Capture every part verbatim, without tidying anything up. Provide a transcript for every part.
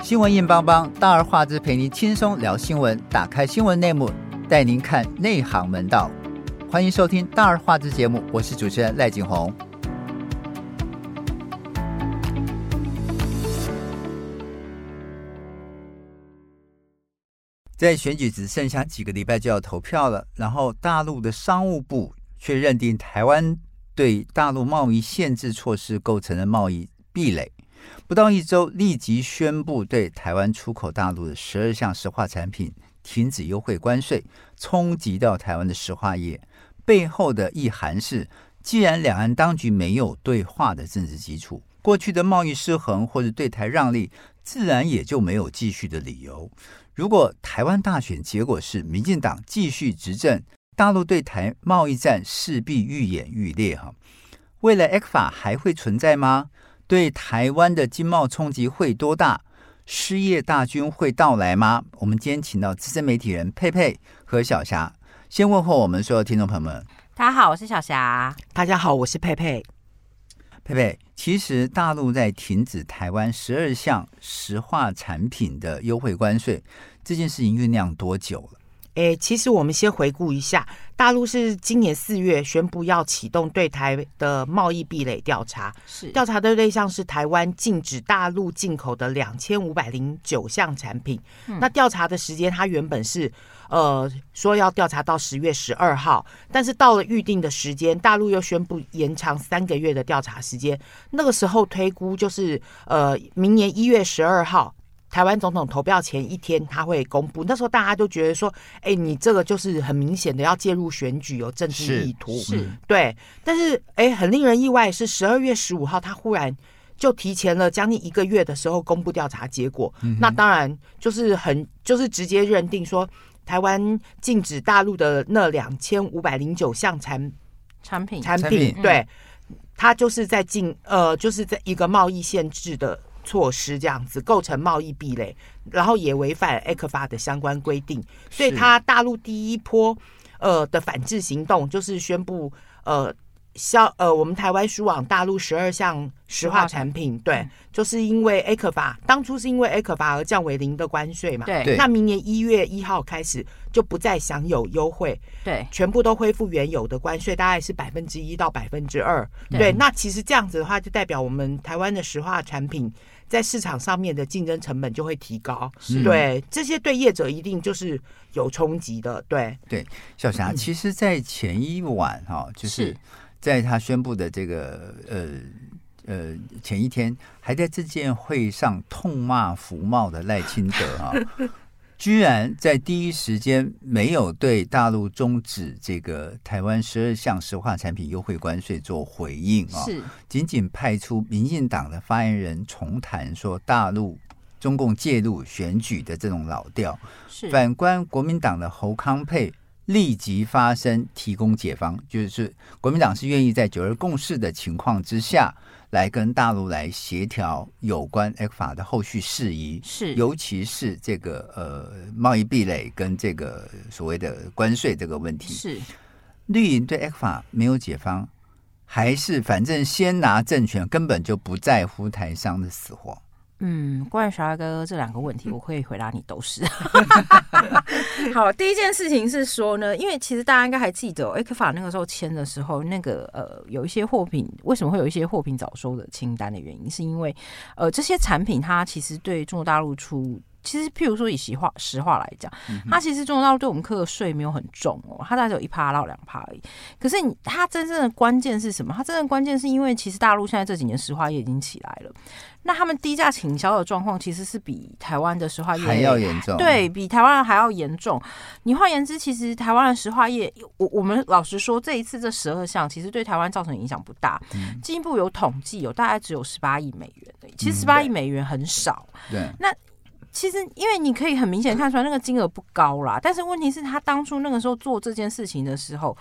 新闻硬邦邦，大而化之，陪您轻松聊新闻。打开新闻内幕，带您看内行门道。欢迎收听大而化之节目，我是主持人赖景宏。在选举只剩下几个礼拜就要投票了，然后大陆的商务部却认定台湾对大陆贸易限制措施构成了贸易壁垒，不到一周立即宣布对台湾出口大陆的十二项石化产品停止优惠关税，冲击到台湾的石化业。背后的意涵是，既然两岸当局没有对话的政治基础，过去的贸易失衡或者对台让利自然也就没有继续的理由。如果台湾大选结果是民进党继续执政，大陆对台贸易战势必愈演愈烈。未来 E C F A 还会存在吗？对台湾的经贸冲击会多大？失业大军会到来吗？我们今天请到资深媒体人佩佩和小霞，先问候我们所有听众朋友们。 大家好，我是小霞。 大家好，我是佩佩。 佩佩，其实大陆在停止台湾十二项石化产品的优惠关税，这件事情酝酿多久了？ 诶，其实我们先回顾一下，大陆是今年四月宣布要启动对台的贸易壁垒调查， 是调查的对象是台湾禁止大陆进口的两千五百零九项产品。嗯、那调查的时间，它原本是呃说要调查到十月十二号，但是到了预定的时间，大陆又宣布延长三个月的调查时间。那个时候推估就是呃明年一月十二号。台湾总统投票前一天他会公布，那时候大家都觉得说，哎、欸，你这个就是很明显的要介入选举，有政治意图， 是， 对。但是，哎、欸，很令人意外的是，十二月十五号他忽然就提前了将近一个月的时候公布调查结果，嗯、那当然就是很就是直接认定说，台湾禁止大陆的那两千五百零九项产产品产品，对，它就是在进呃，就是在一个贸易限制的措施，这样子构成贸易壁垒，然后也违反 E C F A 的相关规定，所以他大陆第一波呃的反制行动就是宣布呃销呃我们台湾输往大陆十二项石化产品，对，嗯、就是因为 E C F A 当初是因为 E C F A 而降为零的关税嘛， 对， 那明年一月一号开始就不再享有优惠， 对， 全部都恢复原有的关税，大概是百分之一到百分之二，对，那其实这样子的话，就代表我们台湾的石化产品在市场上面的竞争成本就会提高，对，这些对业者一定就是有冲击的，对对。小霞，其实，在前一晚哈、哦，就是在他宣布的这个呃呃前一天，还在这件会上痛骂服贸的赖清德啊。居然在第一时间没有对大陆终止这个台湾十二项石化产品优惠关税做回应啊， 是仅仅派出民进党的发言人重谈说大陆中共介入选举的这种老调，反观国民党的侯康沛立即发声提供解方，就是国民党是愿意在九二共识的情况之下来跟大陆来协调有关 E C F A 的后续事宜， 是尤其是这个呃贸易壁垒跟这个所谓的关税这个问题。 是绿营对 E C F A 没有解方，还是反正先拿政权，根本就不在乎台商的死活。 嗯，关于小艾哥这两个问题，我可以回答你都是。好，第一件事情是说呢，因为其实大家应该还记得 E C F A 那个时候签的时候，那个呃有一些货品为什么会有一些货品早收的清单的原因，是因为呃这些产品它其实对中国大陆出。其实，譬如说以石化石化来讲，它其实中国大陆对我们课的税没有很重哦，它大概只有一趴到两趴而已。可是你它真正的关键是什么？它真正的关键是因为其实大陆现在这几年石化业已经起来了，那他们低价倾销的状况其实是比台湾的石化业还要严重， 对比台湾还要严重。你换言之，其实台湾的石化业，我我们老实说，这一次这十二项其实对台湾造成影响不大。嗯、进一步有统计，有大概只有十八亿美元而已，其实十八亿美元很少。 嗯、对， 那。其实，因为你可以很明显看出来那个金额不高啦，但是问题是他当初那个时候做这件事情的时候，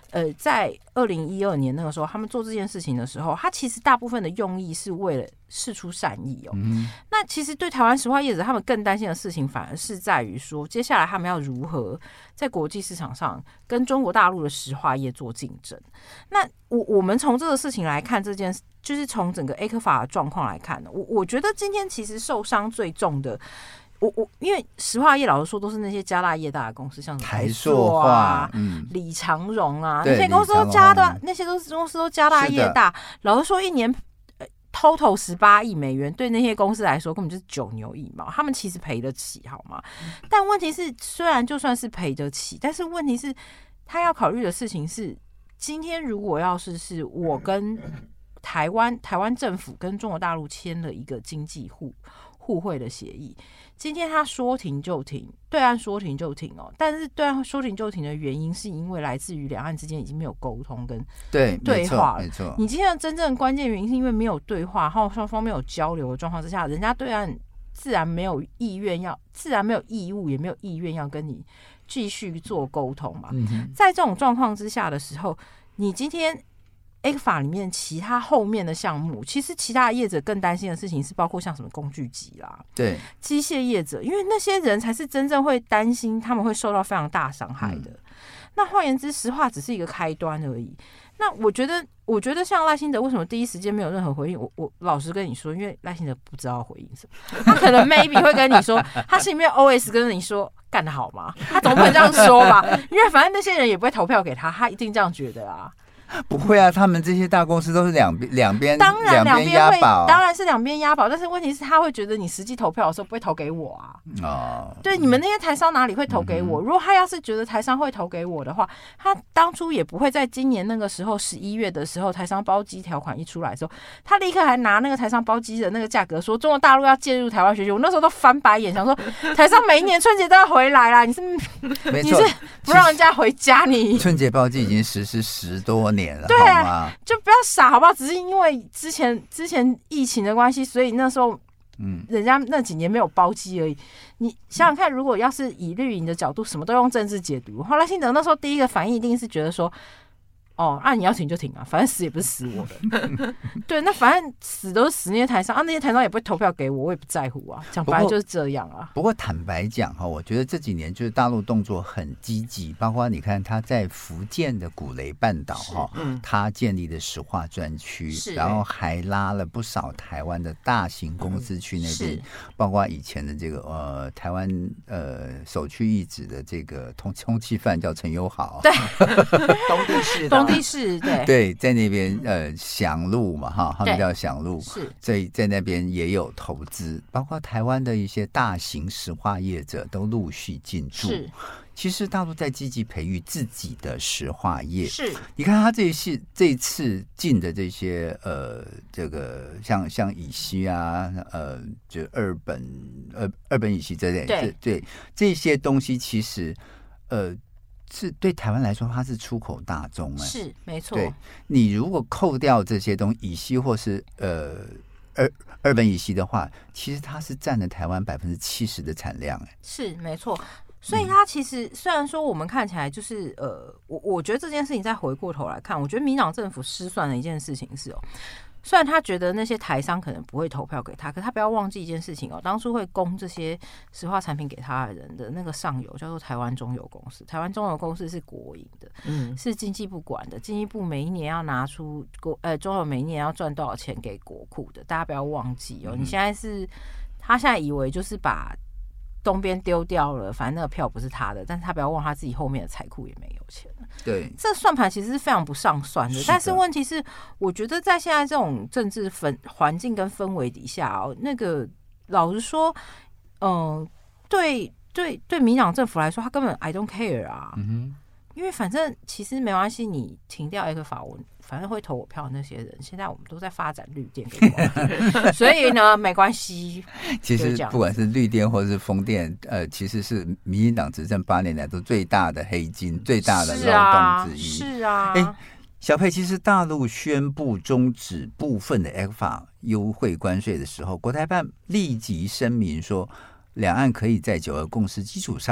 呃，在二零一二年那个时候，他们做这件事情的时候，他其实大部分的用意是为了释出善意哦。嗯、那其实对台湾石化业者，他们更担心的事情，反而是在于说，接下来他们要如何在国际市场上跟中国大陆的石化业做竞争。那我我们从这个事情来看，这件就是从整个 A 科法的状况来看呢，我我觉得今天其实受伤最重的。我我因为石化业老实说都是那些家大业大的公司，像台塑啊、 嗯、李长荣啊，那些公司都家大，那些都是公司都家大业大。老实说，一年 total 十八亿美元，对那些公司来说根本就是九牛一毛，他们其实赔得起，好吗？但问题是，虽然就算是赔得起，但是问题是，他要考虑的事情是，今天如果要是是我跟台湾台湾政府跟中国大陆签了一个经济互互惠的协议。今天他说停就停，对岸说停就停哦。但是对岸说停就停的原因，是因为来自于两岸之间已经没有沟通跟对对话了。 没错， 你今天的真正的关键原因是因为没有对话，然后双方没有交流的状况之下，人家对岸自然没有意愿要，自然没有义务，也没有意愿要跟你继续做沟通嘛。嗯、在这种状况之下的时候，你今天。A 法里面其他后面的项目，其实其他的业者更担心的事情是包括像什么工具机啦， 对， 机械业者，因为那些人才是真正会担心他们会受到非常大伤害的。嗯、那换言之，石化只是一个开端而已。那我觉得，我觉得像赖清德为什么第一时间没有任何回应？我我老实跟你说，因为赖清德不知道回应什么，他可能 maybe 会跟你说，他心里面 O S 跟你说干得好吗？他总不能这样说吧？因为反正那些人也不会投票给他，他一定这样觉得啊。 不会啊，他们这些大公司都是两边两边当然两边押宝， 当然是两边押宝，但是问题是他会觉得你实际投票的时候不会投给我啊。哦，对，你们那些台商哪里会投给我？嗯、如果他要是觉得台商会投给我的话，他当初也不会在今年那个时候十一月的时候，台商包机条款一出来的时候，他立刻还拿那个台商包机的那个价格说中国大陆要介入台湾学习。我那时候都翻白眼，想说台商每一年春节都要回来啦，你是你是不让人家回家你？ 春节包机已经实施十多年了， 对好吗？ 就不要傻好不好？只是因为之前之前疫情的关系，所以那时候嗯，人家那几年没有包机而已。你想想看，如果要是以绿营的角度，什么都用政治解读，后来信德那时候第一个反应一定是觉得说，哦，啊你要停就停啊，反正死也不是死我的。对，那反正死都是死那些台商啊，那些台商也不会投票给我，我也不在乎啊。讲白了就是这样啊。 不过坦白讲哈，我觉得这几年就是大陆动作很积极，包括你看他在福建的古雷半岛哈，嗯、他建立的石化专区，然后还拉了不少台湾的大型公司去那边，包括以前的这个呃台湾呃首屈一指的这个通通缉犯叫陈友豪， 对， 东地市的。 东地市对对，在那边呃祥路嘛哈，他们叫祥路， 是在在那边也有投资，包括台湾的一些大型石化业者都陆续进驻。是，其实大陆在积极培育自己的石化业。 是， 你看他这一次这一次进的这些呃，这个像像乙烯啊，呃，就二本呃二本乙烯这类，对对，这些东西其实呃。是对台湾来说，它是出口大宗哎， 是没错。 对，你如果扣掉这些东西，乙烯或是呃二二苯乙烯的话，其实它是占了台湾百分之七十的产量哎， 是没错。所以它其实虽然说我们看起来就是呃，我我觉得这件事情再回过头来看，我觉得民党政府失算的一件事情是哦。虽然他觉得那些台商可能不会投票给他，可他不要忘记一件事情哦，当初会供这些石化产品给他的人的那个上游叫做台湾中油公司，台湾中油公司是国营的，嗯，是经济部管的，经济部每一年要拿出国呃中油每一年要赚多少钱给国库的，大家不要忘记哦。你现在是他现在以为就是把东边丢掉了，反正那个票不是他的，但是他不要忘他自己后面的财库也没有钱了。 对， 这算盘其实是非常不上算的。是的，但是问题是，我觉得在现在这种政治氛环境跟氛围底下哦，那个老实说，嗯、呃，对对对，民党政府来说，他根本 I don't care 啊。嗯哼，因为反正其实没关系，你停掉 A 克法，我反正会投我票的那些人，现在我们都在发展绿电跟光电，所以呢没关系。 其实不管是绿电或是风电，呃，其实是民进党执政八年来都最大的黑金、最大的漏洞之一。 是啊， 哎、欸，小佩，其实大陆宣布终止部分的 A 克法优惠关税的时候，国台办立即声明说，两岸可以在九二共识基础上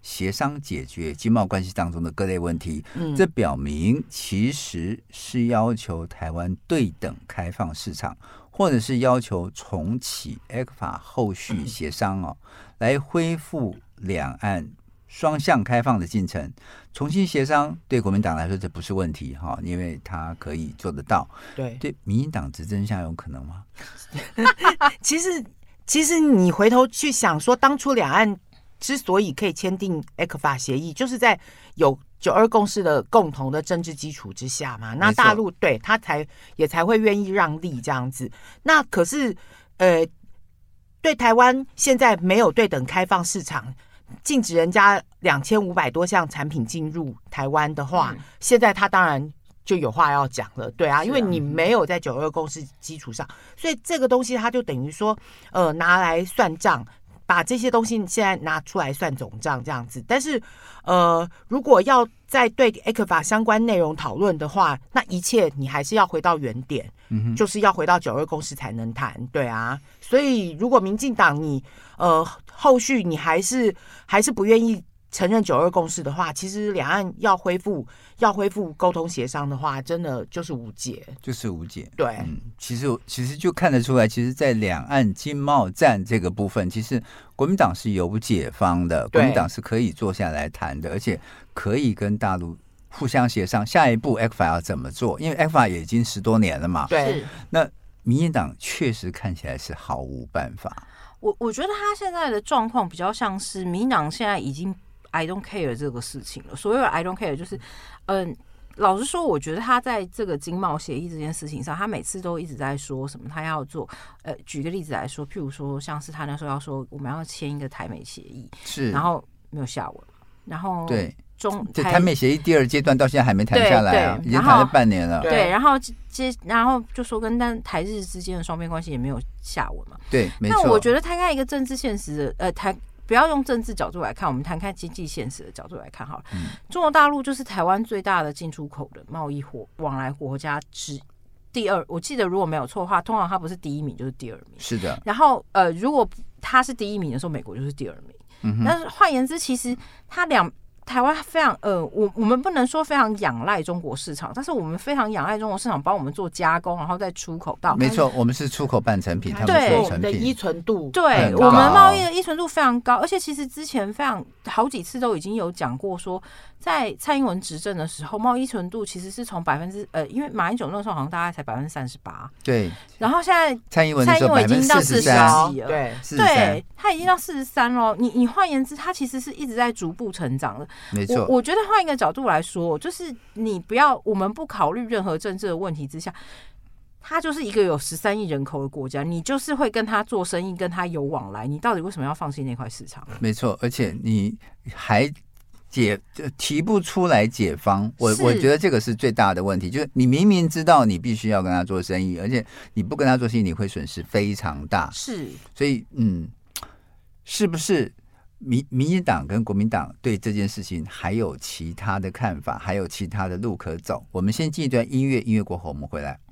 协商解决经贸关系当中的各类问题。 嗯， 这表明其实是要求台湾对等开放市场，或者是要求重启 E C F A 后续协商哦，来恢复两岸双向开放的进程。重新协商对国民党来说这不是问题哈，因为他可以做得到。 对， 对民进党执政下有可能吗？ 其实其实你回头去想说，当初两岸之所以可以签订 E C F A 协议，就是在有九二共识的共同的政治基础之下嘛。那大陆对他才也才会愿意让利这样子。那可是呃，对台湾现在没有对等开放市场，禁止人家两千五百多项产品进入台湾的话，嗯、现在他当然就有话要讲了，对啊，因为你没有在九二共识基础上，所以这个东西它就等于说，呃，拿来算账，把这些东西现在拿出来算总账这样子。但是，呃，如果要再对 E C F A 相关内容讨论的话，那一切你还是要回到原点，嗯、就是要回到九二共识才能谈，对啊。所以，如果民进党你呃后续你还是还是不愿意承认九二共识的话，其实两岸要恢复要恢复沟通协商的话，真的就是无解， 就是无解。 对， 嗯，其实其实就看得出来，其实，在两岸经贸战这个部分，其实国民党是有解方的，国民党是可以坐下来谈的，而且可以跟大陆互相协商下一步 E C F A 要怎么做，因为 E C F A 也已经十多年了嘛。 对， 那民进党确实看起来是毫无办法。 我我觉得他现在的状况比较像是民进党现在已经I don't care 这个事情了。所谓的 I don't care 就是，嗯、呃，老实说，我觉得他在这个经贸协议这件事情上，他每次都一直在说什么他要做。呃，举个例子来说，譬如说，像是他那时候要说我们要签一个台美协议， 是， 然后没有下文，然后对。 中这台美协议第二阶段到现在还没谈下来啊，已经谈了半年了。 对，然后接然后就说跟但台日之间的双边关系也没有下文嘛。 对，没错。 那我觉得摊开一个政治现实的，呃，谈不要用政治角度来看，我们摊开经济现实的角度来看好了。嗯、中国大陆就是台湾最大的进出口的贸易火往来国家之第二，我记得如果没有错的话，通常它不是第一名就是第二名。 是的。 然后呃，如果它是第一名的时候，美国就是第二名。嗯、但是换言之，其实它两。台湾非常呃，我我们不能说非常仰赖中国市场，但是我们非常仰赖中国市场帮我们做加工，然后再出口到。 没错，我们是出口半成品，他们对出成品的依存度， 对我们贸易的依存度非常高，而且其实之前非常好几次都已经有讲过说，在蔡英文执政的时候，贸易依存度其实是从百分之呃，因为马英九那时候好像大概才百分之三十八， 对， 然后现在蔡英文蔡英文已经到四十几了， 对， 对，他已经到四十三了。你你换言之，他其实是一直在逐步成长的。 没错， 我我觉得换一个角度来说，就是你不要，我们不考虑任何政治的问题之下，它就是一个有十三亿人口的国家，你就是会跟他做生意，跟他有往来，你到底为什么要放弃那块市场？ 没错，而且你还解提不出来解方，我我觉得这个是最大的问题，就是你明明知道你必须要跟他做生意，而且你不跟他做生意，你会损失非常大。 是， 所以嗯，是不是？民民进党跟国民党对这件事情还有其他的看法，还有其他的路可走。我们先进一段音乐，音乐过后我们回来。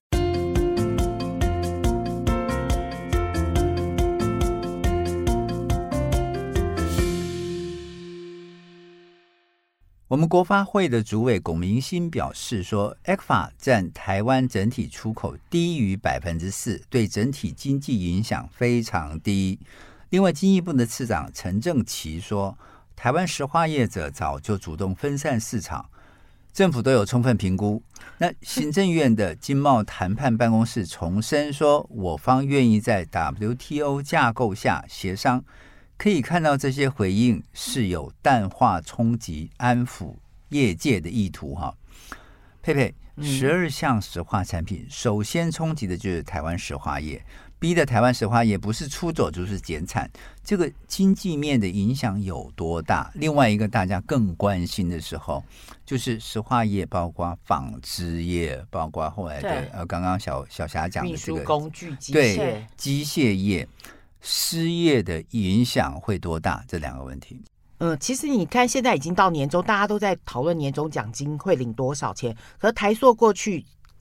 我们国发会的主委龚明鑫表示说 ，E C F A 占台湾整体出口低于百分之四，对整体经济影响非常低。另外，经济部的次长陈正奇说，台湾石化业者早就主动分散市场，政府都有充分评估。那行政院的经贸谈判办公室重申说，我方愿意在 W T O 架构下协商。可以看到这些回应是有淡化冲击、安抚业界的意图哈。佩佩，十二项石化产品，首先冲击的就是台湾石化业。逼的台湾石化业不是出走就是减产，这个经济面的影响有多大？另外一个大家更关心的时候，就是石化业，包括纺织业，包括后来的呃，刚刚小小霞讲的这个运输工具机械， 对机械业失业的影响会多大？这两个问题。 嗯，其实你看，现在已经到年终，大家都在讨论年终奖金会领多少钱，可是台塑过去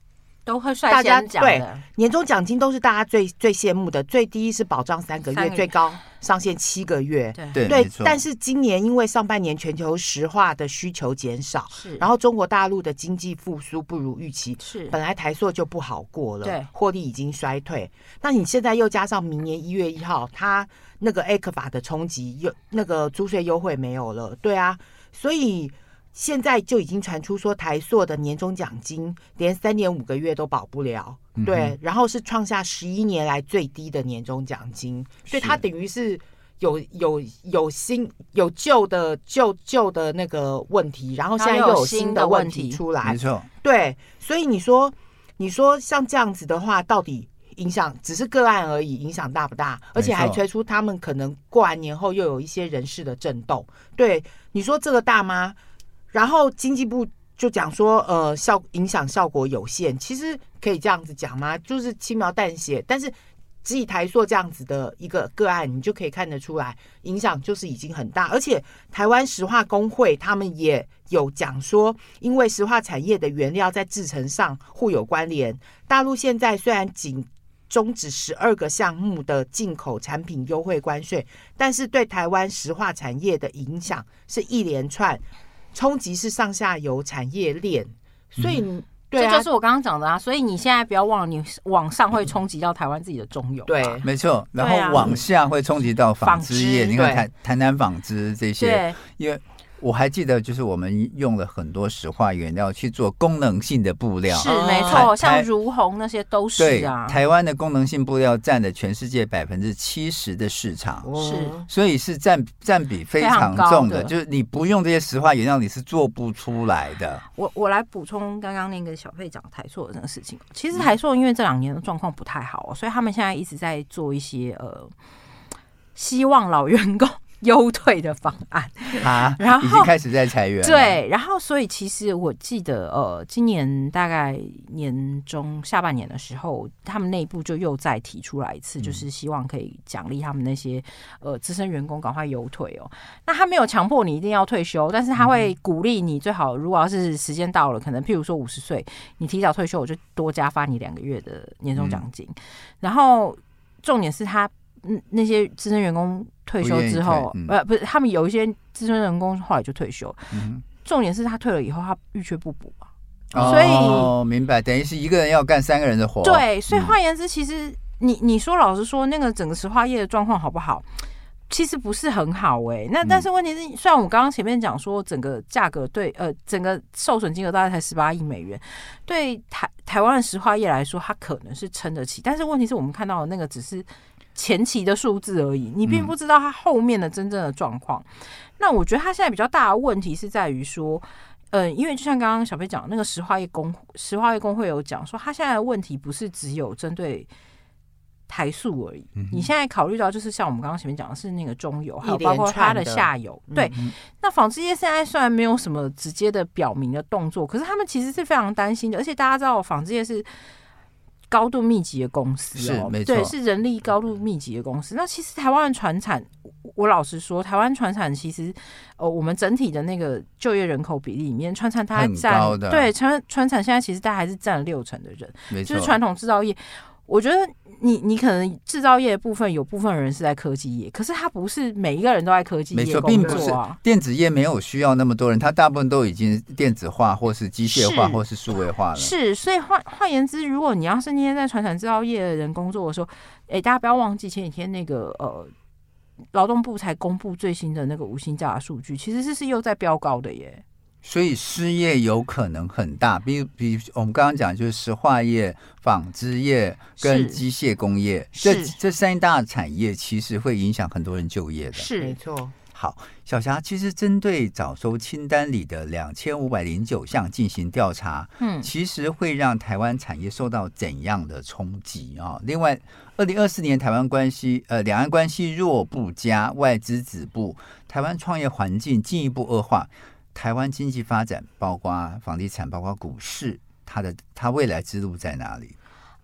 都会率先讲的， 年终奖金都是大家最最羡慕的，最低是保障三个月， 三个月最高上限七个月。 对对，但是今年因为上半年全球石化的需求减少， 是， 然后中国大陆的经济复苏不如预期， 是， 本来台塑就不好过了， 对， 获利已经衰退。那你现在又加上明年一月一号，它那个 E C F A 的冲击，又那个租税优惠没有了，对啊，所以。现在就已经传出说台塑的年终奖金连三点五个月都保不了，对，嗯、然后是创下十一年来最低的年终奖金，所以它等于是有有有新有旧的旧旧的那个问题，然后现在又有新的问题出来， 没错， 对，所以你说你说像这样子的话，到底影响只是个案而已，影响大不大？而且还推出他们可能过完年后又有一些人事的震动，对，你说这个大吗？然后经济部就讲说，呃，效影响效果有限，其实可以这样子讲吗？就是轻描淡写，但是只以台塑这样子的一个个案，你就可以看得出来，影响就是已经很大。而且台湾石化工会他们也有讲说，因为石化产业的原料在制程上互有关联，大陆现在虽然仅终止十二个项目的进口产品优惠关税，但是对台湾石化产业的影响是一连串。冲击是上下游产业链，所以、嗯对啊、 这就是我刚刚讲的啊。所以你现在不要忘了，你往上会冲击到台湾自己的中游、啊， 对， 没错。然后往下会冲击到纺织业，你看台台南纺织这些，因为我还记得，就是我们用了很多石化原料去做功能性的布料， 是没错，像如虹那些都是啊。 台湾的功能性布料占了全世界百分之七十的市场， 是， 所以是占占比非常重的，就是你不用这些石化原料，你是做不出来的。 我我来补充刚刚那个小佩讲台塑的这个事情，其实台塑因为这两年的状况不太好，所以他们现在一直在做一些呃，希望老员工优退的方案啊，然后已经开始在裁员了。 对，然后所以其实我记得，呃，今年大概年中下半年的时候，他们内部就又再提出来一次，就是希望可以奖励他们那些呃资深员工赶快优退哦。那他没有强迫你一定要退休，但是他会鼓励你最好，如果要是时间到了，可能譬如说五十岁，你提早退休，我就多加发你两个月的年终奖金。嗯、然后重点是他。嗯，那些资深员工退休之后，嗯、呃，不是他们有一些资深员工后来就退休。嗯、重点是他退了以后，他欲缺不补啊。 哦、 所以哦，明白，等于是一个人要干三个人的活。 对，所以换言之，其实你你说老实说，那个整个石化业的状况好不好？其实不是很好哎、欸。那但是问题是，虽然我刚刚前面讲说整个价格对呃整个受损金额大概才十八亿美元，对台台湾的石化业来说，它可能是撑得起。但是问题是我们看到的那个只是前期的数字而已，你并不知道它后面的真正的状况。嗯、那我觉得它现在比较大的问题是在于说，呃，因为就像刚刚小飞讲，那个石化业工石化业工会有讲说，它现在的问题不是只有针对台塑而已。嗯、你现在考虑到就是像我们刚刚前面讲的是那个中游，还有包括它的下游。对，嗯、那纺织业现在虽然没有什么直接的表明的动作，可是他们其实是非常担心的，而且大家知道纺织业是高度密集的公司哦， 是对， 是人力高度密集的公司。那其实台湾的传产，我老实说，台湾传产其实，呃，我们整体的那个就业人口比例里面，传产它占对传传产现在其实大概还是占了六成的人，就是传统制造业。我觉得你你可能制造业的部分有部分人是在科技业，可是他不是每一个人都在科技业工作啊。 电子业没有需要那么多人，他大部分都已经电子化或是机械化或是数位化了。 是，所以换换言之，如果你要是那些在传产制造业的人工作的时候，哎，大家不要忘记前几天那个呃劳动部才公布最新的那个无薪假的数据，其实是是又在飙高的耶。 所以失业有可能很大，比比我们刚刚讲就是石化业、纺织业跟机械工业，这这三大产业其实会影响很多人就业的。 是， 没错。 好，小霞，其实针对早收清单里的两千五百零九项进行调查，嗯，其实会让台湾产业受到怎样的冲击啊？另外，二零二四年台湾关系呃两岸关系弱不佳，外资止步，台湾创业环境进一步恶化。台湾经济发展，包括房地产，包括股市，它的它未来之路在哪里？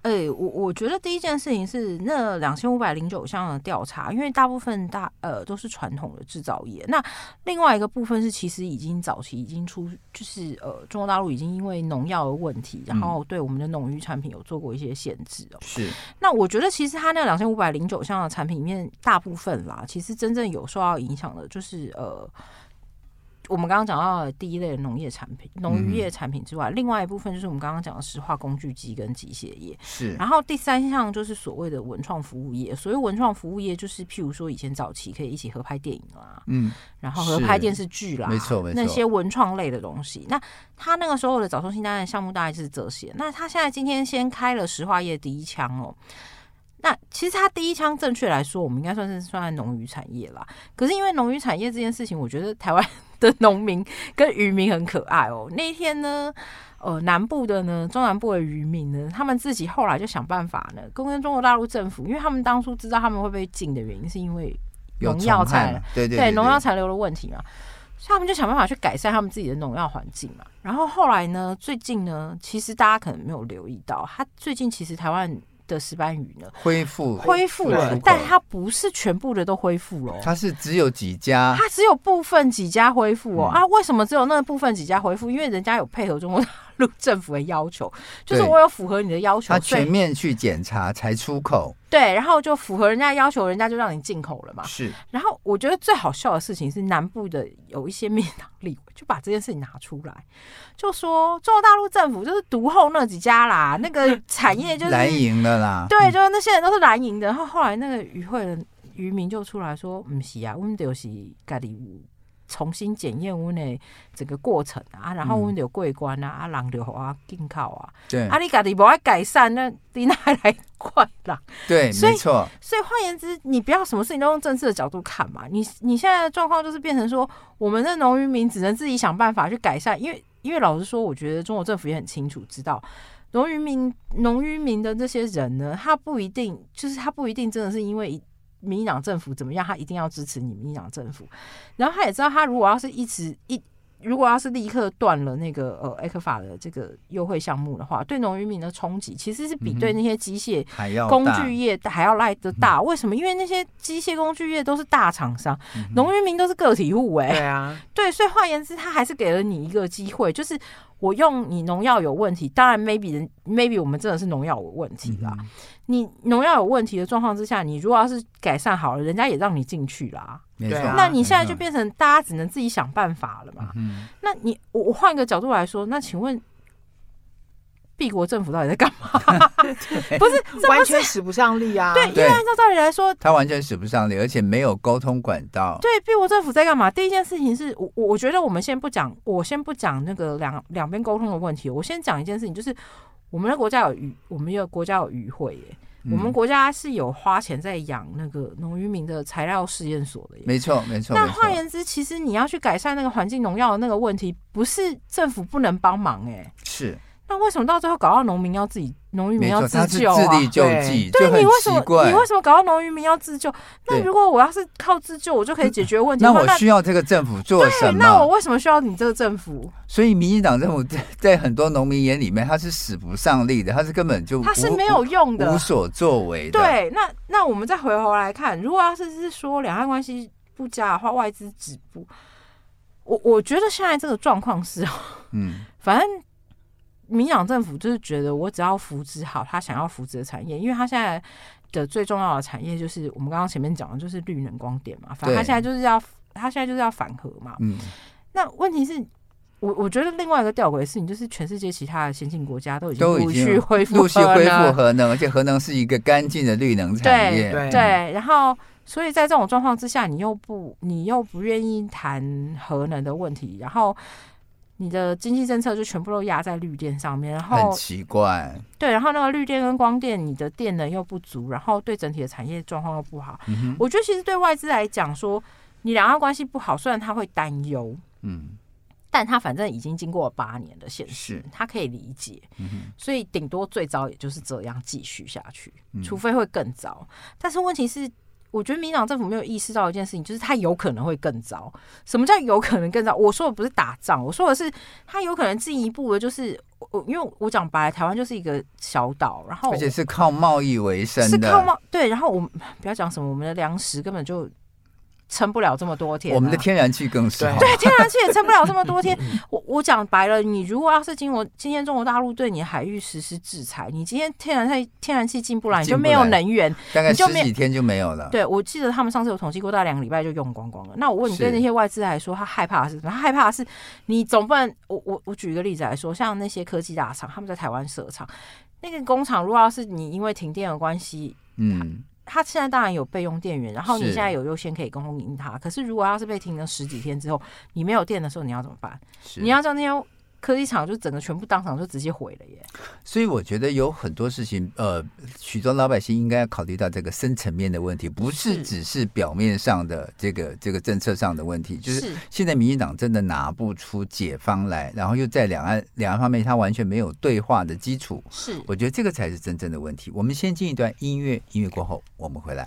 哎、欸，我我觉得第一件事情是那两千五百零九项的调查，因为大部分大呃都是传统的制造业。那另外一个部分是，其实已经早期已经出，就是呃中国大陆已经因为农药的问题，然后对我们的农渔产品有做过一些限制哦、喔。 是。 那我觉得其实它那两千五百零九项的产品里面，大部分啦，其实真正有受到影响的，就是呃。我们刚刚讲到的第一类的农业产品、农渔业产品之外、嗯，另外一部分就是我们刚刚讲的石化工具机跟机械业。 是。 然后第三项就是所谓的文创服务业。所谓文创服务业，就是譬如说以前早期可以一起合拍电影啦，嗯，然后合拍电视剧啦， 没错没错， 那些文创类的东西。那他那个时候的早中新单的项目大概就是这些。那他现在今天先开了石化业第一枪哦。那其实他第一枪正确来说，我们应该算是算在农渔产业啦。可是因为农渔产业这件事情，我觉得台湾的农民跟渔民很可爱哦。那一天呢，呃，南部的呢，中南部的渔民呢，他们自己后来就想办法呢，跟中国大陆政府，因为他们当初知道他们会被禁的原因，是因为农药残对对对农药残留的问题嘛，所以他们就想办法去改善他们自己的农药环境嘛。然后后来呢，最近呢，其实大家可能没有留意到，他最近其实台湾的石斑鱼呢恢复恢复了，但它不是全部的都恢复了， 它是只有几家， 它只有部分几家恢复哦、嗯、啊！为什么只有那部分几家恢复？因为人家有配合中国大陆政府的要求，就是我有符合你的要求， 他全面去检查才出口。 对，然后就符合人家的要求，人家就让你进口了嘛。 是。 然后我觉得最好笑的事情是，南部的有一些民进党立委就把这件事情拿出来，就说中国大陆政府就是独后那几家啦，那个产业就是蓝营的啦。 对，就是那些人都是蓝营的。然后后来那个渔会的渔民就出来说，不是啊，我们就是自己重新检验我们的整个过程啊，然后我们有过关啊，啊，人就啊进口啊， 对， 啊，你自己不爱改善，那你哪来怪人？ 对，没错。 所以换言之，你不要什么事情都用政治的角度看嘛。你你现在的状况就是变成说，我们的农渔民只能自己想办法去改善，因为因为老实说，我觉得中国政府也很清楚知道。农渔民、农渔民的这些人呢，他不一定，就是他不一定真的是因为民进党政府怎么样，他一定要支持你民进党政府。然后他也知道，他如果要是一直一，如果要是立刻断了那个呃 E C F A 的这个优惠项目的话，对农渔民的冲击其实是比对那些机械工具业还要来得大。为什么？因为那些机械工具业都是大厂商，农渔民都是个体户哎、欸。 对啊， 对，所以换言之，他还是给了你一个机会，就是。我用你农药有问题，当然 maybe maybe 我们真的是农药有问题啦。嗯、你农药有问题的状况之下，你如果要是改善好了，人家也让你进去啦。 没错， 那你现在就变成大家只能自己想办法了嘛。嗯、那你我我换一个角度来说，那请问帝国政府到底在干嘛？不是，这完全使不上力啊！ 对，因为按照道理来说， 他完全使不上力，而且没有沟通管道。 对，帝国政府在干嘛？第一件事情是我我觉得我们先不讲，我先不讲那个两两边沟通的问题，我先讲一件事情，就是我们的国家有渔，我们有国家有渔会耶。嗯、我们国家是有花钱在养那个农渔民的材料试验所的耶， 没错没错。 那换言之，其实你要去改善那个环境农药的那个问题，不是政府不能帮忙哎， 是。 那为什么到最后搞到农民要自己农渔民要自救啊？ 他是自力救济， 对， 就很你为什么奇怪你为什么搞到农渔民要自救？那如果我要是靠自救，我就可以解决问题， 那我需要这个政府做什么？ 对，那我为什么需要你这个政府？ 所以民进党政府在在很多农民眼里面，他是使不上力的，他是根本就他是没有用的， 无所作为的。 对，那那我们再回头来看，如果要是是说两岸关系不佳的话，外资止步，我我觉得现在这个状况是，嗯，反正。民进党政府就是觉得我只要扶植好他想要扶植的产业，因为他现在的最重要的产业就是我们刚刚前面讲的，就是绿能光电嘛。反正他现在就是要，他现在就是要反核嘛。嗯。那问题是，我我觉得另外一个吊诡的事情就是，全世界其他的先进国家都已经陆续恢复陆续恢复核能，而且核能是一个干净的绿能产业。 对 对, 对。然后，所以在这种状况之下，你又不你又不愿意谈核能的问题，然后。你的经济政策就全部都压在绿电上面，然后很奇怪。 对，然后那个绿电跟光电，你的电能又不足，然后对整体的产业状况又不好。嗯、我觉得其实对外资来讲说，你两岸关系不好，虽然他会担忧，嗯，但他反正已经经过了八年的现实，他可以理解，嗯、所以顶多最糟也就是这样继续下去，嗯、除非会更糟。但是问题是。 我觉得民进党政府没有意识到一件事情，就是它有可能会更糟。什么叫有可能更糟？我说的不是打仗，我说的是它有可能进一步的，就是我因为我讲白了，台湾就是一个小岛，然后而且是靠贸易为生的， 是靠贸对，然后我们不要讲什么，我们的粮食根本就撑不了这么多天、啊， 我们的天然气更是对，天然气也撑不了这么多天。我我讲白了，你如果要是今我今天中国大陆对你的海域实施制裁，你今天天然气天然气进不来，你就没有能源， 大概十几天就没有了。 对，我记得他们上次有统计过，大概两个礼拜就用光光了。那我问你，对那些外资来说，他害怕的是什么？他害怕的是你总不能，我我我举一个例子来说，像那些科技大厂，他们在台湾设厂，那个工厂如果要是你因为停电的关系，嗯。它现在当然有备用电源，然后你现在有优先可以供应它。可是如果要是被停了十几天之后，你没有电的时候，你要怎么办？你要叫那些科技厂就整个全部当场就直接毁了耶。 所以我觉得有很多事情，呃，许多老百姓应该要考虑到这个深层面的问题，不是只是表面上的这个这个政策上的问题。就是现在民进党真的拿不出解方来，然后又在两岸两岸方面，它完全没有对话的基础。 是， 我觉得这个才是真正的问题。我们先进一段音乐，音乐过后我们回来。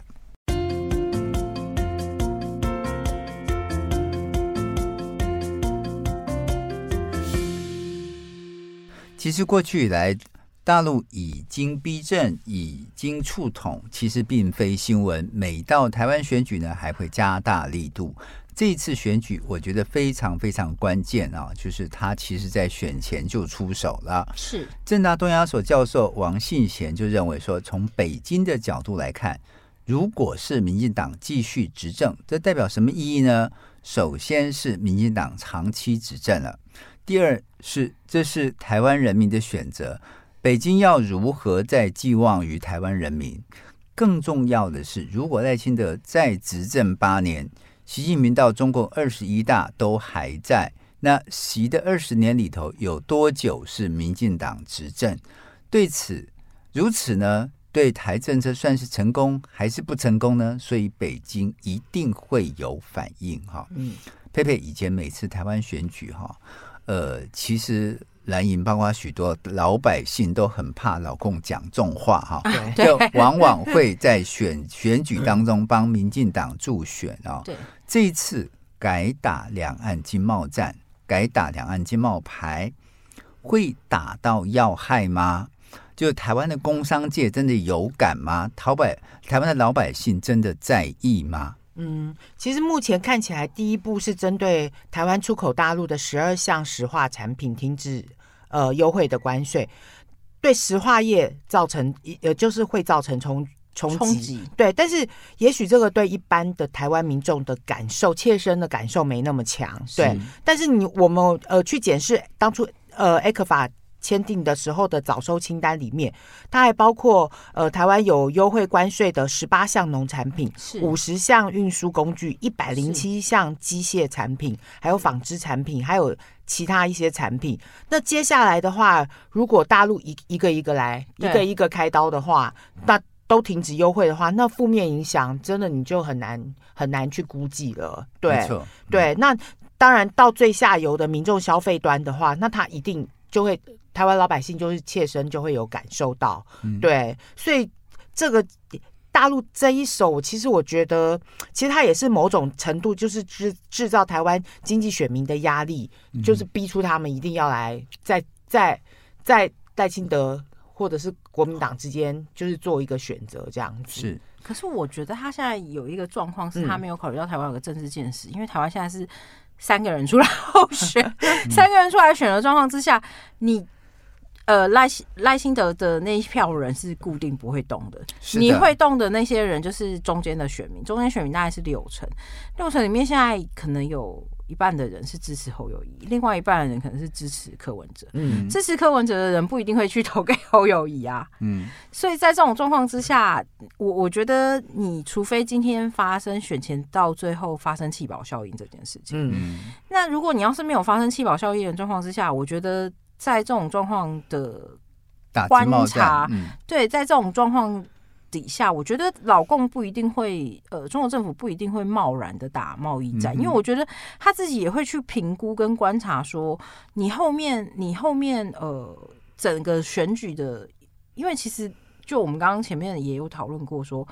其实过去以来，大陆已经逼政，已经触统，其实并非新闻。每到台湾选举呢，还会加大力度。这一次选举，我觉得非常非常关键啊，就是他其实在选前就出手了。 是， 政大东亚所教授王信贤就认为说，从北京的角度来看，如果是民进党继续执政，这代表什么意义呢？首先是民进党长期执政了。第二是，这是台湾人民的选择，北京要如何再寄望于台湾人民？更重要的是，如果赖清德再执政八年，习近平到中共二十一大都还在，那习的二十年里头有多久是民进党执政？对此，如此呢？对台政策算是成功还是不成功呢？所以北京一定会有反应哈。嗯，佩佩以前每次台湾选举哈。呃，其实蓝营包括许多老百姓都很怕老共讲重话哈，就往往会在选选举当中帮民进党助选哦。对，这一次改打两岸经贸战，改打两岸经贸牌，会打到要害吗？就台湾的工商界真的有感吗？台北台湾的老百姓真的在意吗？ 嗯，其实目前看起来，第一步是针对台湾出口大陆的十二项石化产品停止呃优惠的关税，对石化业造成呃就是会造成冲冲击。对，但是也许这个对一般的台湾民众的感受、切身的感受没那么强。对，但是你我们呃去检视当初呃 E C F A签订的时候的早收清单里面，它还包括呃台湾有优惠关税的十八项农产品，五十项运输工具，一百零七项机械产品，还有纺织产品，还有其他一些产品。那接下来的话，如果大陆一一个一个来，一个一个开刀的话，那都停止优惠的话，那负面影响真的你就很难很难去估计了。对，没错，对。那当然到最下游的民众消费端的话，那他一定就会。台湾老百姓就是切身就会有感受到，嗯、对，所以这个大陆这一手，其实我觉得，其实它也是某种程度就是制制造台湾经济选民的压力，嗯、就是逼出他们一定要来在在在赖清德或者是国民党之间，就是做一个选择这样子。 是， 可是我觉得他现在有一个状况是他没有考虑到台湾有个政治见识，嗯、因为台湾现在是三个人出来候选，嗯、三个人出来选的状况之下，你。呃，赖赖清德的那一票人是固定不会动的，的你会动的那些人就是中间的选民，中间选民大概是六成，六成里面现在可能有一半的人是支持侯友宜，另外一半的人可能是支持柯文哲。嗯，支持柯文哲的人不一定会去投给侯友宜啊。嗯，所以在这种状况之下，我我觉得你除非今天发生选前到最后发生弃保效应这件事情，嗯，那如果你要是没有发生弃保效应的状况之下，我觉得。在这种状况的观察，嗯、对，在这种状况底下，我觉得老共不一定会，呃，中国政府不一定会贸然的打贸易战，嗯、因为我觉得他自己也会去评估跟观察说，你后面，你后面，呃，整个选举的，因为其实就我们刚刚前面也有讨论过说，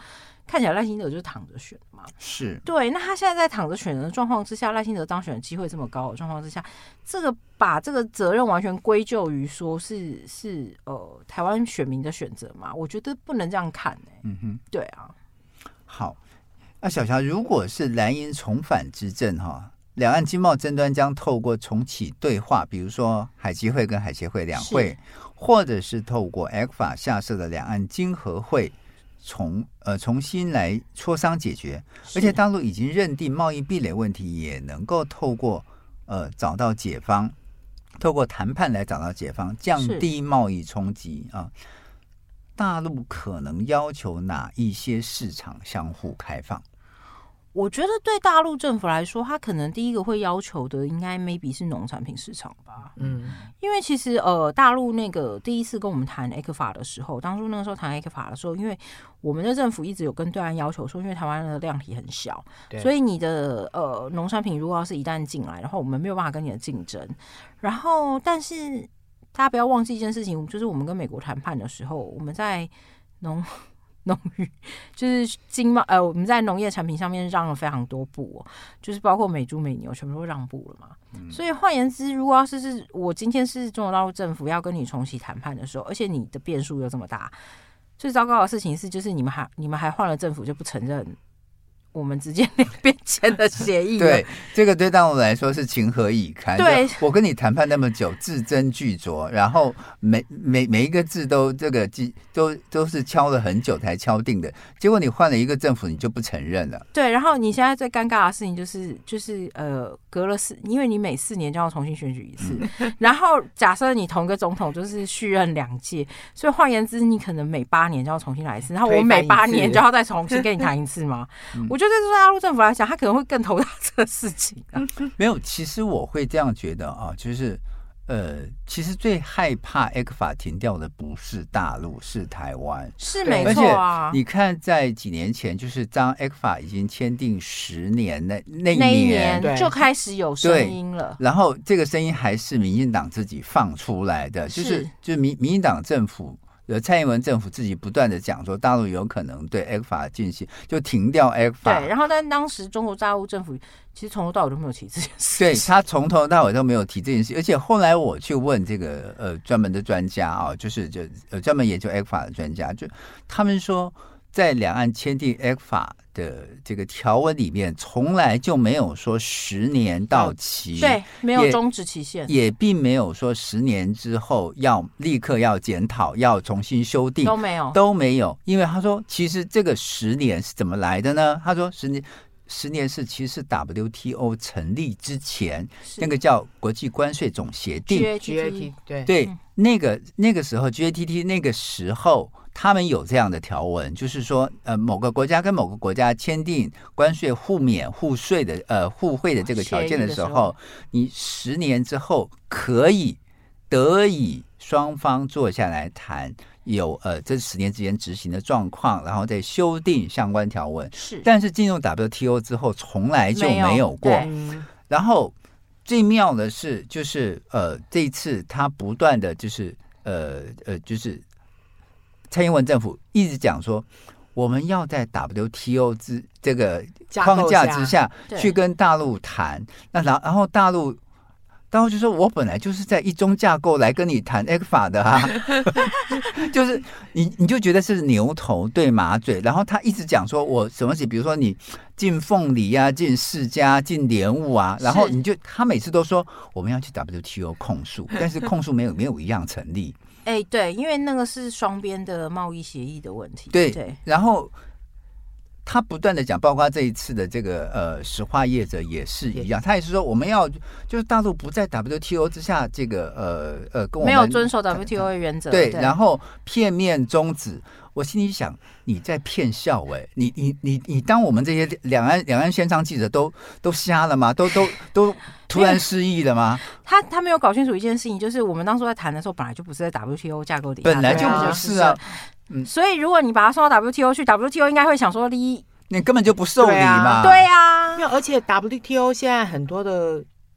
看起来赖清德就是躺着选嘛。 是， 对，那他现在在躺着选的状况之下，赖清德当选的机会这么高的状况之下，这个把这个责任完全归咎于说是是呃台湾选民的选择嘛？我觉得不能这样看哎、欸。 嗯哼， 对啊。 好，那小乔，如果是蓝营重返执政哈，两岸经贸争端将透过重启对话，比如说海基会跟海协会两会，或者是透过 E C F A 下设的两岸经合会重呃重新来磋商解决。而且大陆已经认定贸易壁垒问题也能够透过呃找到解方，透过谈判来找到解方，降低贸易冲击啊。大陆可能要求哪一些市场相互开放？ 我觉得对大陆政府来说，他可能第一个会要求的，应该 maybe 是农产品市场吧。嗯，因为其实呃，大陆那个第一次跟我们谈 E C F A 的时候，当初那个时候谈 E C F A 的时候，因为我们的政府一直有跟对岸要求说，因为台湾的量体很小，所以你的呃农产品如果要是一旦进来，然后我们没有办法跟你的竞争。然后，但是大家不要忘记一件事情，就是我们跟美国谈判的时候，我们在农。农渔就是经贸呃，我们在农业产品上面让了非常多步、哦，就是包括美猪美牛全部都让步了嘛。嗯、所以换言之，如果要是是我今天是中国大陆政府要跟你重启谈判的时候，而且你的变数又这么大，最糟糕的事情是，就是你们还你们还换了政府就不承认我们之间两边签的协议。 对，这个对大陆来说是情何以堪。 对， 我跟你谈判那么久，字斟句酌，然后每每每一个字都这个都都是敲了很久才敲定的，结果你换了一个政府，你就不承认了。 对，然后你现在最尴尬的事情就是就是呃，隔了四，因为你每四年就要重新选举一次，嗯、然后假设你同一个总统就是续任两届，所以换言之，你可能每八年就要重新来一次，然后我每八年就要再重新跟你谈一次吗？嗯、我觉得对大陆政府来讲，他可能会更头大这个事情、啊。 没有，其实我会这样觉得啊，就是呃，其实最害怕 E C F A 停掉的不是大陆，是台湾， 是没错啊。 你看，在几年前，就是当 E C F A 已经签订十年那那那一年， 年就开始有声音了。 然后这个声音还是民进党自己放出来的，就是就是民民进党政府。有蔡英文政府自己不断的讲说，大陆有可能对 E C F A 进行就停掉 E C F A。 对，然后但当时中国大陆政府其实从头到尾都没有提这件事， 对他从头到尾都没有提这件事，而且后来我去问这个呃专门的专家啊，就是就呃专门研究 E C F A 的专家，就他们说，在两岸签订 E C F A 的这个条文里面，从来就没有说十年到期， 对，没有终止期限， 也并没有说十年之后要立刻要检讨、要重新修订， 都没有， 都没有。因为他说，其实这个十年是怎么来的呢？他说，十年。十年是其实是 W T O 成立之前，那个叫国际关税总协定 G A T， 对对，嗯、那个那个时候 G A T T 那个时候。他们有这样的条文，就是说，呃，某个国家跟某个国家签订关税互免、互税的呃互惠的这个条件的时候，你十年之后可以得以双方坐下来谈，有呃这十年之间执行的状况，然后再修订相关条文。 是， 但是进入 W T O 之后，从来就没有过。然后最妙的是，就是呃这一次他不断的就是呃呃就是。蔡英文政府一直讲说，我们要在 W T O 之这个框架之下去跟大陆谈。那然后大陆，大陆就说，我本来就是在一中架构来跟你谈 E C F A 的啊，就是你你就觉得是牛头对马嘴。然后他一直讲说，我什么事，比如说你进凤梨啊，进世家，进莲雾啊，然后你就他每次都说我们要去 W T O 控诉，但是控诉没有没有一样成立。 哎、欸，对，因为那个是双边的贸易协议的问题。 对， 对， 然后他不断的讲，包括这一次的这个呃石化业者也是一样，他也是说我们要就是大陆不在 W T O 之下，这个呃呃跟我们没有遵守 W T O 的原则， 对，对，然后片面终止。我心里想，你在骗笑哎、欸！你你你你当我们这些两岸两岸线上记者都都瞎了吗？都都都突然失忆了吗？ 他他没有搞清楚一件事情，就是我们当初在谈的时候，本来就不是在 W T O 架构底下， 本来就不是啊。 嗯，所以如果你把它送到 W T O 去 ，W T O 应该会想说，你你根本就不受理嘛。 对啊， 因为而且 W T O 现在很多的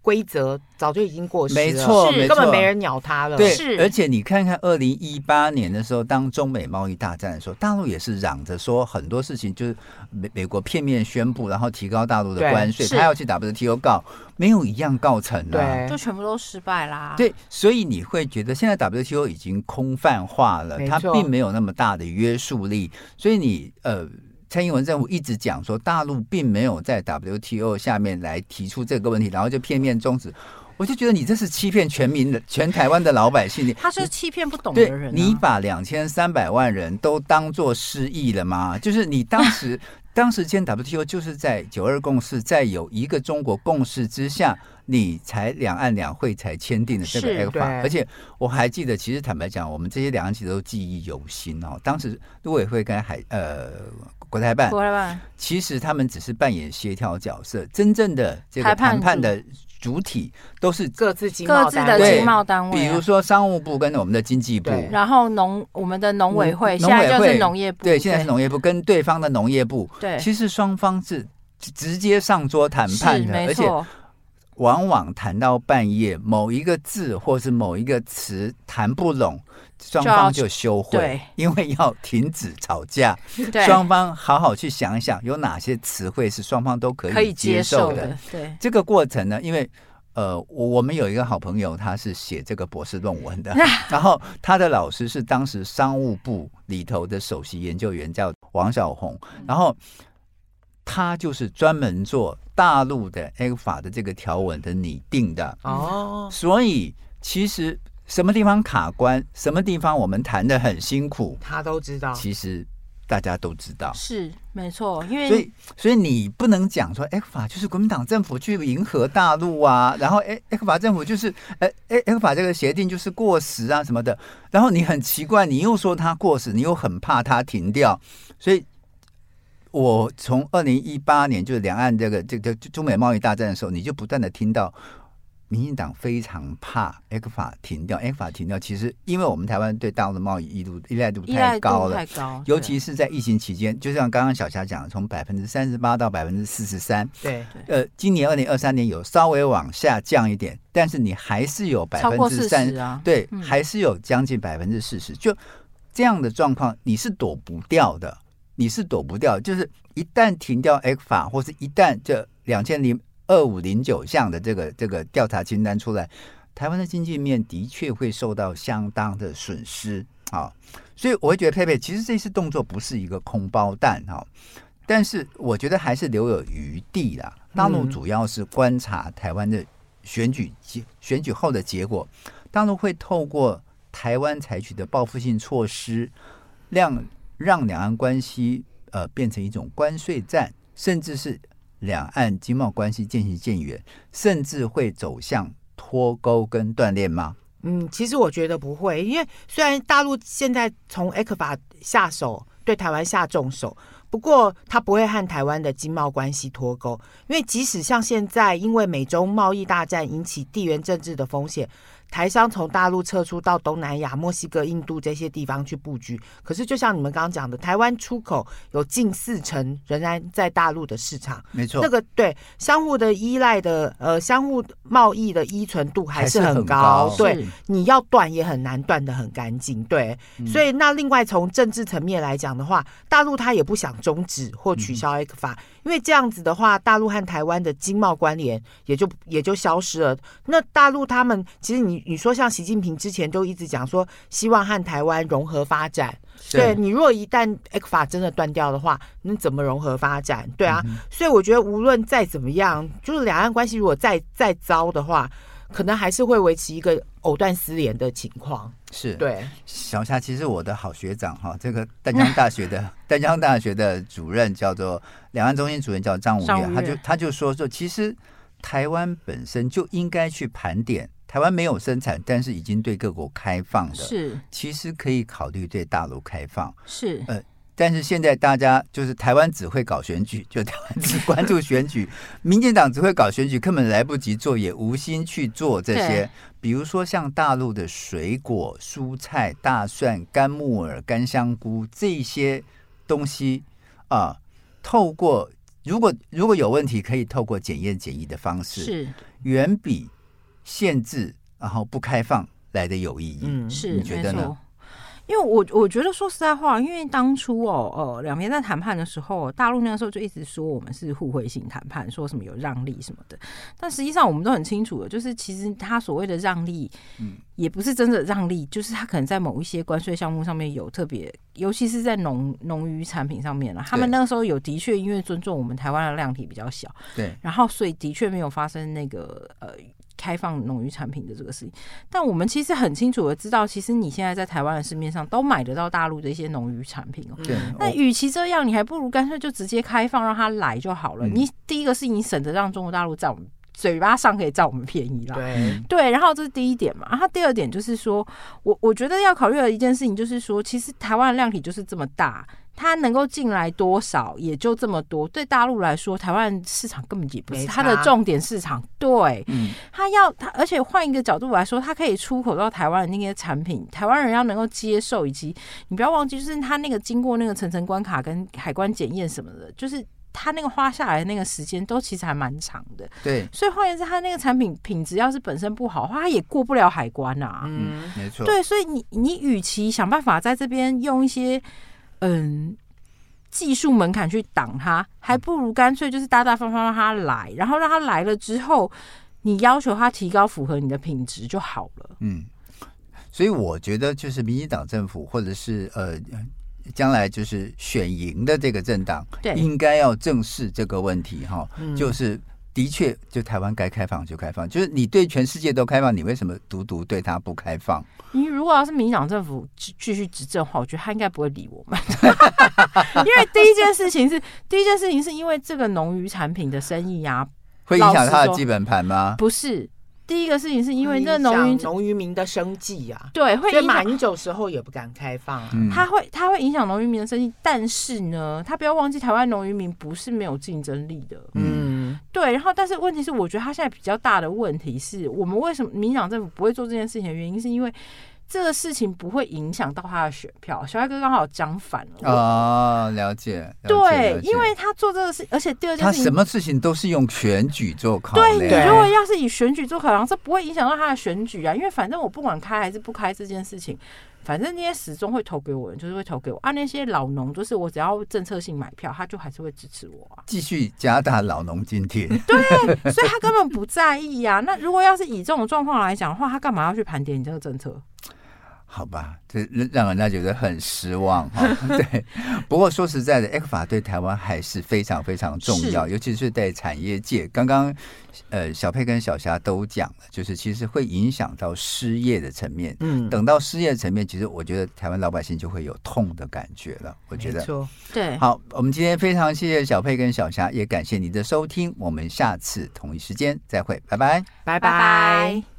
规则早就已经过时了， 没错， 是没错， 根本没人鸟它了。 对， 是而且你看看二零一八年的时候，当中美贸易大战的时候，大陆也是嚷着说很多事情就是美美国片面宣布，然后提高大陆的关税，他要去 W T O 告，没有一样告成啊， 对， 就全部都失败啦。 对，所以你会觉得现在 W T O 已经空泛化了，它并没有那么大的约束力，所以你呃。蔡英文政府一直讲说，大陆并没有在 W T O 下面来提出这个问题，然后就片面终止。我就觉得你这是欺骗全民的、全台湾的老百姓。 他是欺骗不懂的人、啊。 对，你把两千三百万人都当作失忆了吗？就是你当时当时签 W T O 就是在九二共识，在有一个中国共识之下，你才两岸两会才签订的这个 A P E C 法。而且我还记得，其实坦白讲，我们这些两岸其实都记忆犹新哦。当时陆委会跟海呃。国台办，国台办其实他们只是扮演协调角色，真正的这个谈判的主体都是各自经各自的经贸单位、啊， 比如说商务部跟我们的经济部， 然后农我们的农委会，现在就是农业部， 对，现在是农业部跟对方的农业部， 对， 其实双方是直接上桌谈判的，而且往往谈到半夜，某一个字或是某一个词谈不拢。双方就休会，因为要停止吵架，双方好好去想想有哪些词汇是双方都可以接受的。 受的对， 这个过程呢，因为呃，我们有一个好朋友，他是写这个博士论文的，然后他的老师是当时商务部里头的首席研究员，叫王小红，然后他就是专门做大陆的 A P E C 法的这个条文的拟定的哦，所以其实。什么地方卡关，什么地方我们谈得很辛苦， 他都知道。 其实大家都知道， 是没错。因为所以，所以你不能讲说 A P E C 法就是国民党政府去迎合大陆啊，然后 A P E C 法政府就是呃 A P E C 法这个协定就是过时啊什么的，然后你很奇怪，你又说它过时，你又很怕它停掉，所以。我从二零一八年就是两岸这个这个中美贸易大战的时候，你就不断的听到。民进党非常怕 A P E C 法停掉 ，A P E C 法停掉，其实因为我们台湾对大陆的贸易依度依赖度太高了， 高尤其是在疫情期间，就像刚刚小霞讲的，从百分之三十八到百分之四十三， 对， 呃，今年二零二三年有稍微往下降一点，但是你还是有百分之三，对，嗯、还是有将近百分之四十，就这样的状况，你是躲不掉的，你是躲不掉，就是一旦停掉 A P E C 法，或是一旦这两千零。二五零九项的这个这个调查清单出来，台湾的经济面的确会受到相当的损失啊，所以我会觉得佩佩其实这次动作不是一个空包弹哈，但是我觉得还是留有余地啦。大陆主要是观察台湾的选举选举后的结果，大陆会透过台湾采取的报复性措施，让让两岸关系呃变成一种关税战，甚至是。两岸经贸关系渐行渐远，甚至会走向脱钩跟断裂吗？ 嗯，其实我觉得不会，因为虽然大陆现在从 A P E C 法下手，对台湾下重手，不过它不会和台湾的经贸关系脱钩，因为即使像现在因为美中贸易大战引起地缘政治的风险，台商从大陆撤出到东南亚、墨西哥、印度这些地方去布局，可是就像你们刚刚讲的，台湾出口有近四成仍然在大陆的市场， 没错， 那个对相互的依赖的呃相互贸易的依存度还是很高， 很高对，你要断也很难断得很干净，对、嗯，所以那另外从政治层面来讲的话，大陆他也不想终止或取消 A P E C 法、嗯，因为这样子的话，大陆和台湾的经贸关联也就也就消失了。那大陆他们其实你你说像习近平之前都一直讲说，希望和台湾融合发展。对，你如果一旦 A P E C 法真的断掉的话，那怎么融合发展？对啊，嗯、所以我觉得无论再怎么样，就是两岸关系如果再再糟的话，可能还是会维持一个藕断丝连的情况。 是， 对。 小夏，其实我的好学长哈，这个淡江大学的淡江大学的主任叫做两岸中心主任叫张武岳，他就他就说说，其实台湾本身就应该去盘点。台湾没有生产，但是已经对各国开放的， 是其实可以考虑对大陆开放， 是呃，但是现在大家就是台湾只会搞选举，就台湾只关注选举，民进党只会搞选举，根本来不及做，也无心去做这些，比如说像大陆的水果、蔬菜、大蒜、干木耳、干香菇这些东西啊、呃，透过如果如果有问题，可以透过检验检疫的方式， 是远比限制然后不开放来的有意义。 嗯， 是， 你觉得呢？ 因为我我觉得说实在话，因为当初哦呃两边在谈判的时候，大陆那个时候就一直说我们是互惠性谈判，说什么有让利什么的，但实际上我们都很清楚的，就是其实他所谓的让利，嗯，也不是真的让利，就是他可能在某一些关税项目上面有特别，尤其是在农农渔产品上面了，他们那个时候有的确因为尊重我们台湾的量体比较小， 对， 然后所以的确没有发生那个呃。开放农渔产品的这个事情，但我们其实很清楚的知道，其实你现在在台湾的市面上都买得到大陆的一些农渔产品哦。 对， 那与其这样，你还不如干脆就直接开放让他来就好了。嗯、你第一个是你省得让中国大陆占我们嘴巴上可以占我们便宜啦。 对对，然后这是第一点嘛。然后第二点就是说，我我觉得要考虑的一件事情就是说，其实台湾的量体就是这么大。它能够进来多少也就这么多，对大陆来说，台湾市场根本也不是它的重点市场。对，嗯，它要它，而且换一个角度来说，它可以出口到台湾的那些产品，台湾人要能够接受，以及你不要忘记，就是它那个经过那个层层关卡跟海关检验什么的，就是它那个花下来的那个时间都其实还蛮长的。 对， 所以换言之，它那个产品品质要是本身不好的话，它也过不了海关啊。 嗯，没错。 对，所以你你与其想办法在这边用一些嗯，技术门槛去挡他，还不如干脆就是大大方方让他来，然后让他来了之后，你要求他提高符合你的品质就好了。嗯， 所以我觉得就是民进党政府或者是呃将来就是选赢的这个政党，应该要正视这个问题哈、嗯，就是的确就台湾该开放就开放，就是你对全世界都开放，你为什么独独对它不开放？ 你如果要是民进党政府继续执政的话，我觉得他应该不会理我们，因为第一件事情是，第一件事情是因为这个农渔产品的生意啊， 会影响他的基本盘吗？ 不是，第一个事情是因为那农渔农渔民的生计啊， 对，会影响。所以马英九时候也不敢开放啊， 嗯、他会他会影响农渔民的生计，但是呢，他不要忘记台湾农渔民不是没有竞争力的，嗯，对。然后，但是问题是，我觉得他现在比较大的问题是我们为什么民进党政府不会做这件事情的原因，是因为这个事情不会影响到他的选票。小艾哥刚好讲反了哦，了解。了解对了解， 因为他做这个事，而且第二件事情， 他什么事情都是用选举做考量。 对，你如果要是以选举做考量，这不会影响到他的选举啊，因为反正我不管开还是不开这件事情。反正那些始终会投给我的人，就是会投给我啊。那些老农，就是我只要政策性买票，他就还是会支持我啊。 继续加大老农津贴， 对，所以他根本不在意啊。那如果要是以这种状况来讲的话，他干嘛要去盘点你这个政策？ 好吧，这让人家觉得很失望哈。对，不过说实在的 ，E C F A 对台湾还是非常非常重要，尤其是在产业界。刚刚呃小佩跟小霞都讲了，就是其实会影响到失业的层面。嗯，等到失业层面，其实我觉得台湾老百姓就会有痛的感觉了。我觉得， 没错， 对。 好，我们今天非常谢谢小佩跟小霞，也感谢你的收听，我们下次同一时间再会，拜拜， 拜拜。